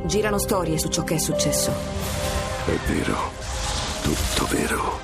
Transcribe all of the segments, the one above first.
Girano storie su ciò che è successo. È vero, tutto vero.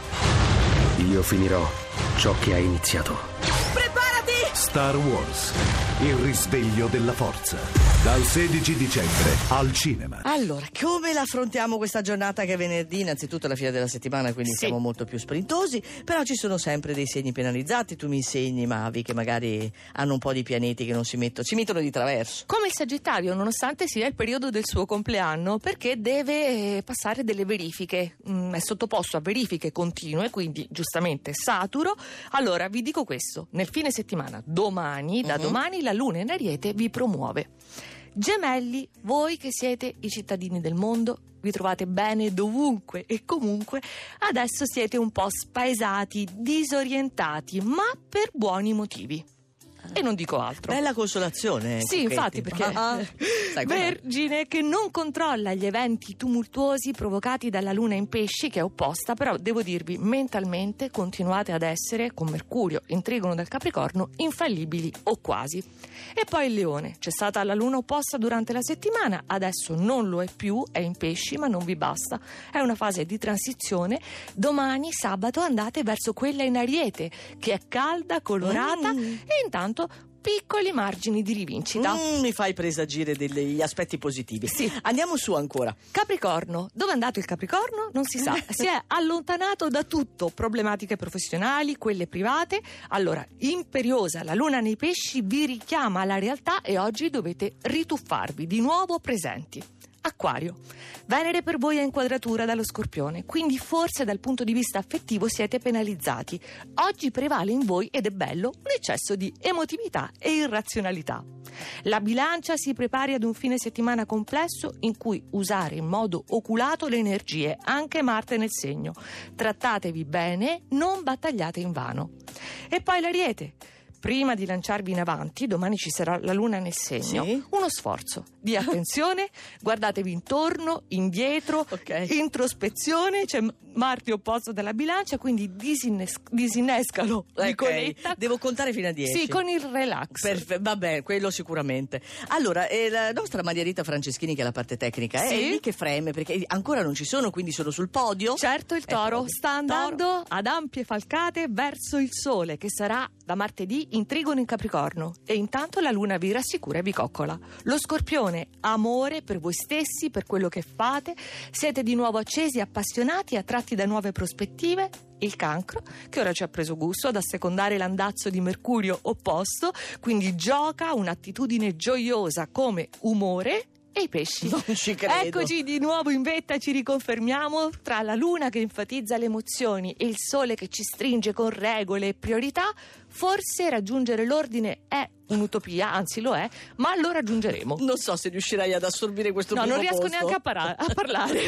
Io finirò ciò che ha iniziato. Preparati! Star Wars, il risveglio della forza. Dal 16 dicembre al cinema. Allora, come la affrontiamo questa giornata che è venerdì? Innanzitutto è la fine della settimana, quindi siamo molto più sprintosi, però ci sono sempre dei segni penalizzati. Tu mi insegni, Mavi, che magari hanno un po' di pianeti che non ci mettono di traverso. Come il Sagittario, nonostante sia il periodo del suo compleanno, perché deve passare delle verifiche, è sottoposto a verifiche continue, quindi giustamente saturo. Allora vi dico questo: nel fine settimana, domani, da domani la Luna in Ariete vi promuove. Gemelli, voi che siete i cittadini del mondo, vi trovate bene dovunque e comunque, adesso siete un po' spaesati, disorientati, ma per buoni motivi. E non dico altro. Bella consolazione. Sì, infatti, perché sai Vergine, che non controlla gli eventi tumultuosi provocati dalla Luna in Pesci, che è opposta, però devo dirvi, mentalmente continuate ad essere, con Mercurio in trigono del Capricorno, infallibili o quasi. E poi il Leone, c'è stata la Luna opposta durante la settimana, adesso non lo è più, è in Pesci, ma non vi basta, è una fase di transizione. Domani, sabato, andate verso quella in Ariete, che è calda, colorata e intanto piccoli margini di rivincita. Mi fai presagire degli aspetti positivi. Sì. Andiamo su ancora. Capricorno, dove è andato il Capricorno? Non si sa, si è allontanato da tutto, problematiche professionali, quelle private. Allora, imperiosa, la Luna nei Pesci vi richiama alla realtà e oggi dovete rituffarvi di nuovo presenti. Acquario, Venere per voi è in quadratura dallo Scorpione, quindi forse dal punto di vista affettivo siete penalizzati. Oggi prevale in voi, ed è bello, un eccesso di emotività e irrazionalità. La Bilancia si prepari ad un fine settimana complesso in cui usare in modo oculato le energie, anche Marte nel segno. Trattatevi bene, non battagliate invano. E poi l'Ariete. Prima di lanciarvi in avanti, domani ci sarà la Luna nel segno, sì? Uno sforzo di attenzione, guardatevi intorno, indietro, introspezione, c'è Marte opposto dalla Bilancia, quindi disinnescalo di coletta. Devo contare fino a 10. Sì, con il relax. Vabbè, quello sicuramente. Allora, la nostra Maria Rita Franceschini, che è la parte tecnica, è lì che freme, perché ancora non ci sono, quindi sono sul podio. Certo, il Toro sta andando ad ampie falcate verso il Sole, che sarà da martedì in trigono in Capricorno, e intanto la Luna vi rassicura e vi coccola. Lo Scorpione, amore per voi stessi, per quello che fate, siete di nuovo accesi, appassionati, attratti da nuove prospettive. Il Cancro, che ora ci ha preso gusto ad assecondare l'andazzo di Mercurio opposto, quindi gioca un'attitudine gioiosa come umore. E i Pesci. Non ci credo. Eccoci di nuovo in vetta, ci riconfermiamo tra la Luna che enfatizza le emozioni e il Sole che ci stringe con regole e priorità. Forse raggiungere l'ordine è un'utopia, anzi lo è, ma lo raggiungeremo. Non so se riuscirai ad assorbire questo primo non riesco posto. neanche a parlare.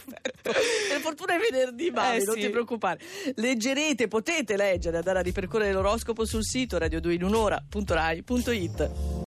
Per fortuna è venerdì, Mavi, non ti preoccupare. Leggerete, potete leggere, andare a ripercorrere l'oroscopo sul sito radio2inunora.rai.it.